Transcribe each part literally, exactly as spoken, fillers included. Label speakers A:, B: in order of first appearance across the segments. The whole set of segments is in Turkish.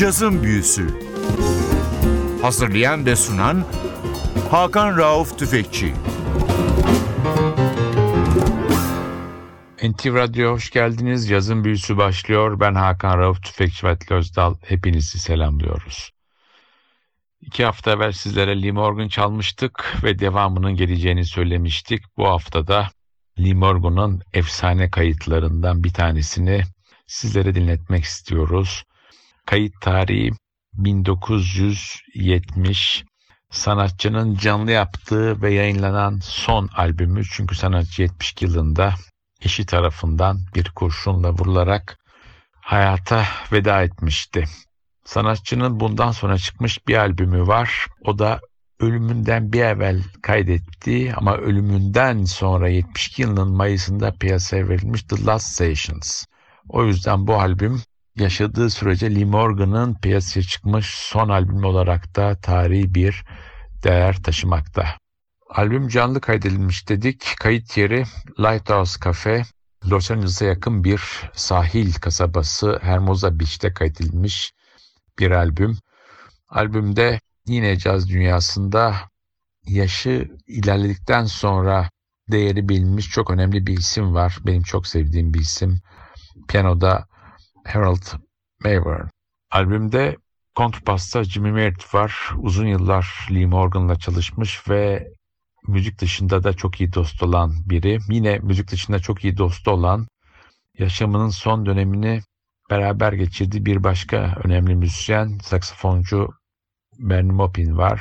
A: Cazın Büyüsü. Hazırlayan ve sunan Hakan Rauf Tüfekçi.
B: N T V Radyo'ya hoş geldiniz. Cazın Büyüsü başlıyor. Ben Hakan Rauf Tüfekçi ve Atli Özdal. Hepinizi selamlıyoruz. İki hafta evvel sizlere Lee Morgan çalmıştık ve devamının geleceğini söylemiştik. Bu haftada Lee Morgan'ın efsane kayıtlarından bir tanesini sizlere dinletmek istiyoruz. Kayıt tarihi bin dokuz yüz yetmiş. Sanatçının canlı yaptığı ve yayınlanan son albümü, çünkü sanatçı yetmiş iki yılında eşi tarafından bir kurşunla vurularak hayata veda etmişti. Sanatçının bundan sonra çıkmış bir albümü var. O da ölümünden bir evvel kaydettiği ama ölümünden sonra yetmiş iki yılının Mayıs'ında piyasaya verilmiş The Last Sessions. O yüzden bu albüm yaşadığı sürece Lee Morgan'ın piyasaya çıkmış son albüm olarak da tarihi bir değer taşımakta. Albüm canlı kaydedilmiş dedik. Kayıt yeri Lighthouse Cafe, Los Angeles'a yakın bir sahil kasabası Hermosa Beach'te kaydedilmiş bir albüm. Albümde yine caz dünyasında yaşı ilerledikten sonra değeri bilinmiş çok önemli bir isim var. Benim çok sevdiğim bir isim. Piyanoda Harold Mavern. Albümde kontrbasta Jimmy Merritt var. Uzun yıllar Lee Morgan'la çalışmış ve müzik dışında da çok iyi dost olan biri. Yine müzik dışında çok iyi dostu olan, yaşamının son dönemini beraber geçirdiği bir başka önemli müzisyen, saksafoncu Bernie Maupin var.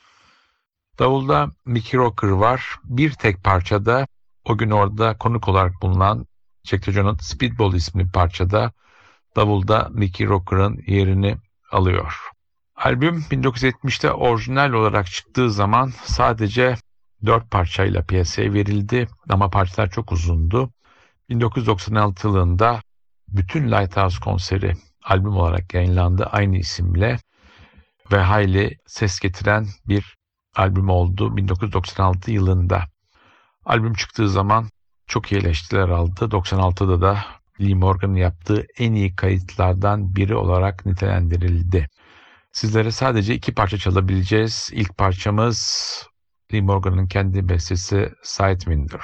B: Davulda Mickey Rocker var. Bir tek parçada, o gün orada konuk olarak bulunan Jack John'un Speedball isimli parçada davulda Mickey Rocker'ın yerini alıyor. Albüm bin dokuz yüz yetmişte orijinal olarak çıktığı zaman sadece dört parçayla piyasaya verildi ama parçalar çok uzundu. bin dokuz yüz doksan altı yılında bütün Lighthouse konseri albüm olarak yayınlandı aynı isimle ve hayli ses getiren bir albüm oldu bin dokuz yüz doksan altı yılında. Albüm çıktığı zaman çok iyi eleştiriler aldı. doksan altıda da Lee Morgan'ın yaptığı en iyi kayıtlardan biri olarak nitelendirildi. Sizlere sadece iki parça çalabileceğiz. İlk parçamız Lee Morgan'ın kendi bestesi Sidewinder.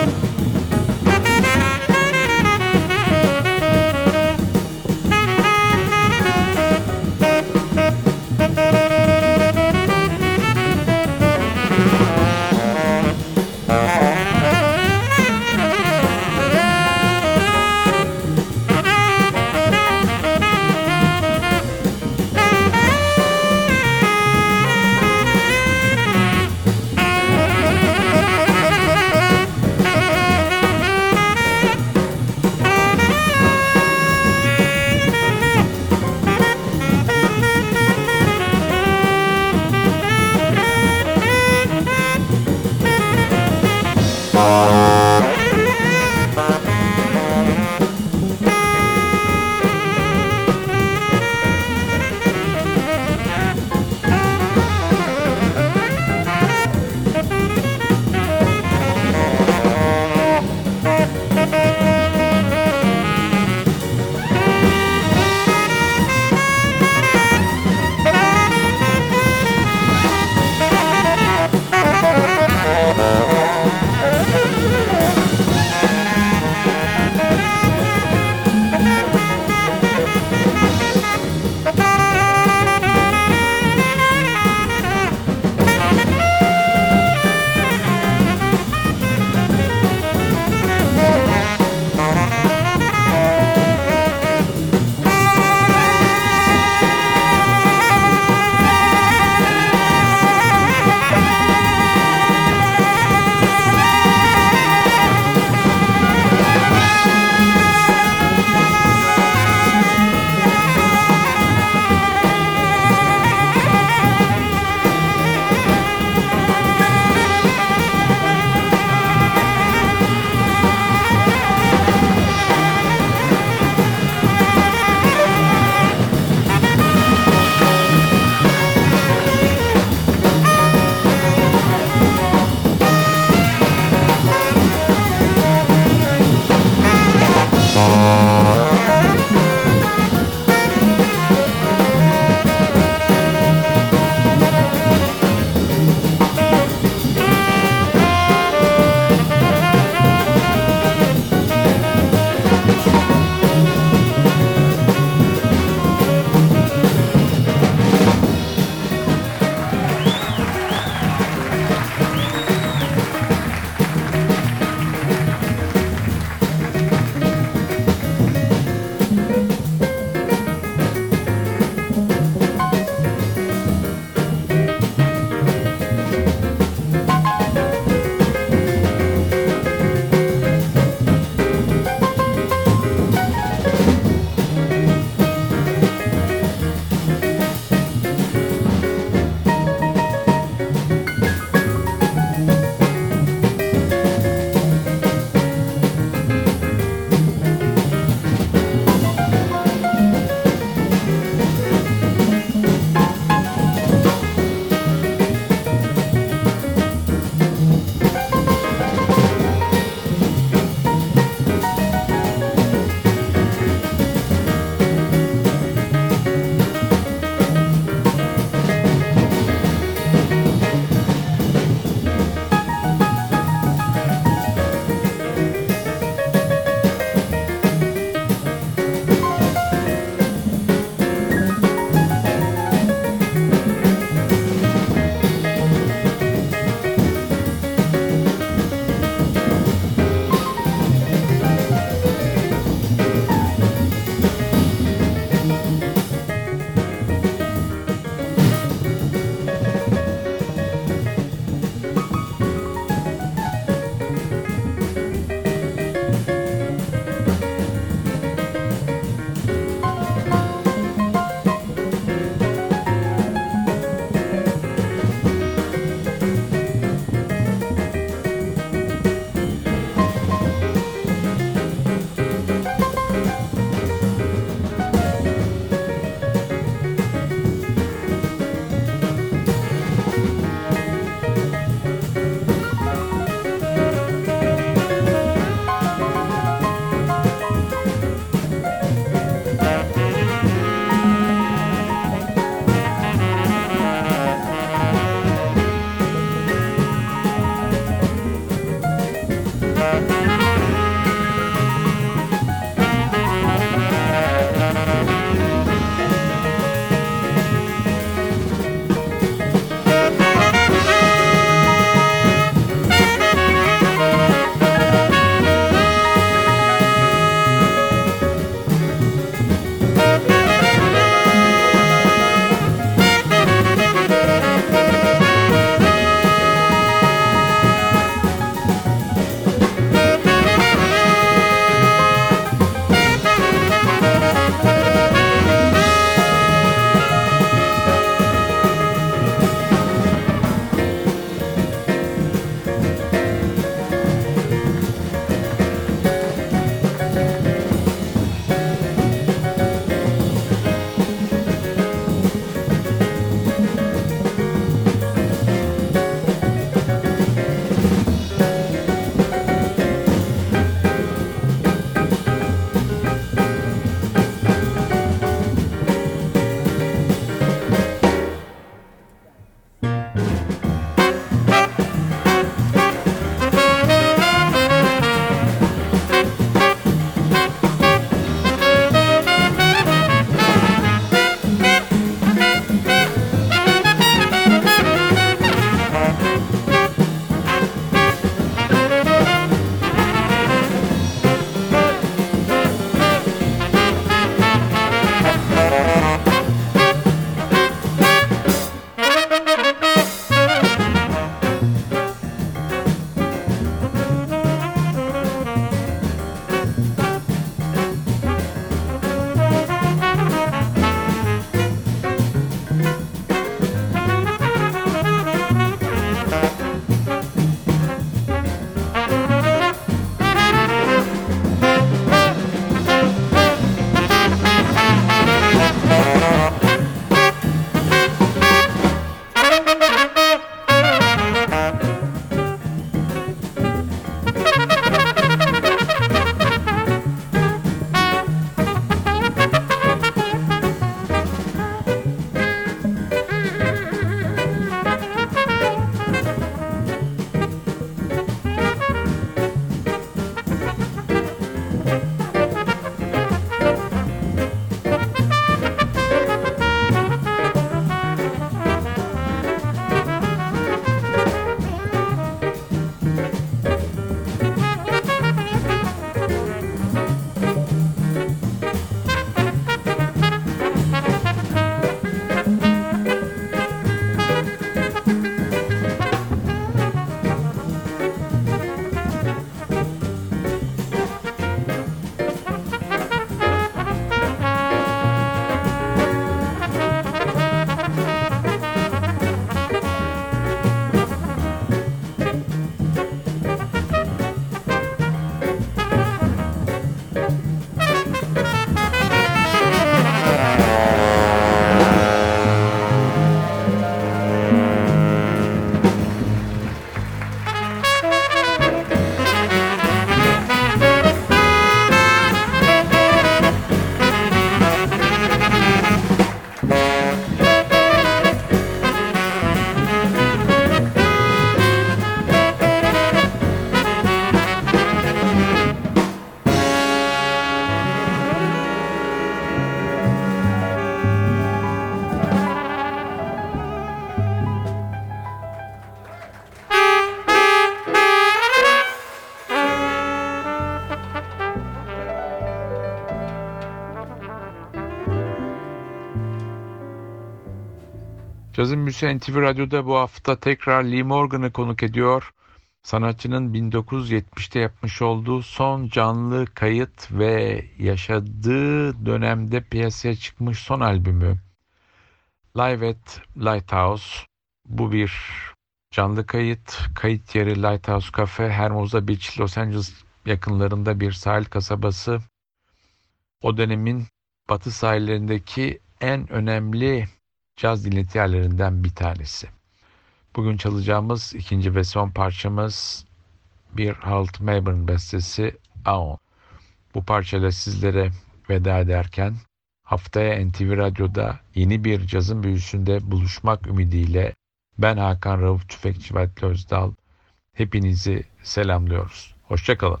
B: Cazın Büyüsü N T V Radyo'da bu hafta tekrar Lee Morgan'ı konuk ediyor. Sanatçının bin dokuz yüz yetmişte yapmış olduğu son canlı kayıt ve yaşadığı dönemde piyasaya çıkmış son albümü Live at Lighthouse. Bu bir canlı kayıt. Kayıt yeri Lighthouse Cafe, Hermosa Beach, Los Angeles yakınlarında bir sahil kasabası. O dönemin batı sahillerindeki en önemli caz dinleti yerlerinden bir tanesi. Bugün çalacağımız ikinci ve son parçamız bir Harold Mabern bestesi Aon. Bu parçayla sizlere veda ederken haftaya N T V Radyo'da yeni bir cazın büyüsünde buluşmak ümidiyle ben Hakan Rauf Tüfekçi ve Atli Özdal hepinizi selamlıyoruz. Hoşça kalın.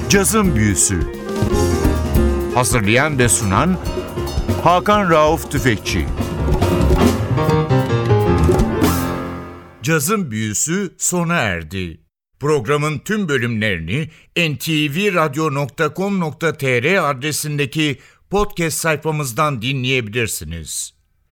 A: Cazın Büyüsü. Hazırlayan ve sunan Hakan Rauf Tüfekçi. Cazın Büyüsü sona erdi. Programın tüm bölümlerini en te ve radyo nokta com nokta te er adresindeki podcast sayfamızdan dinleyebilirsiniz.